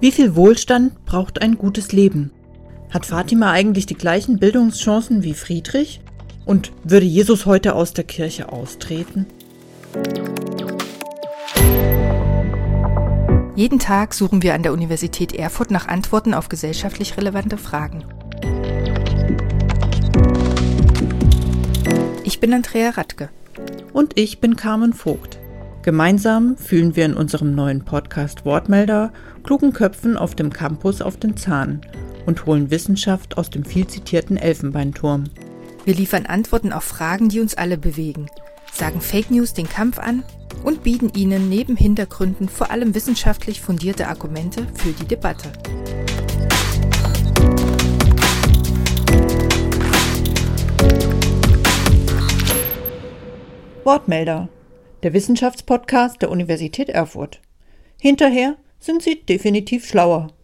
Wie viel Wohlstand braucht ein gutes Leben? Hat Fatima eigentlich die gleichen Bildungschancen wie Friedrich? Und würde Jesus heute aus der Kirche austreten? Jeden Tag suchen wir an der Universität Erfurt nach Antworten auf gesellschaftlich relevante Fragen. Ich bin Andrea Radke. Und ich bin Carmen Vogt. Gemeinsam fühlen wir in unserem neuen Podcast Wortmelder klugen Köpfen auf dem Campus auf den Zahn und holen Wissenschaft aus dem viel zitierten Elfenbeinturm. Wir liefern Antworten auf Fragen, die uns alle bewegen, sagen Fake News den Kampf an und bieten Ihnen neben Hintergründen vor allem wissenschaftlich fundierte Argumente für die Debatte. Wortmelder, der Wissenschaftspodcast der Universität Erfurt. Hinterher sind Sie definitiv schlauer.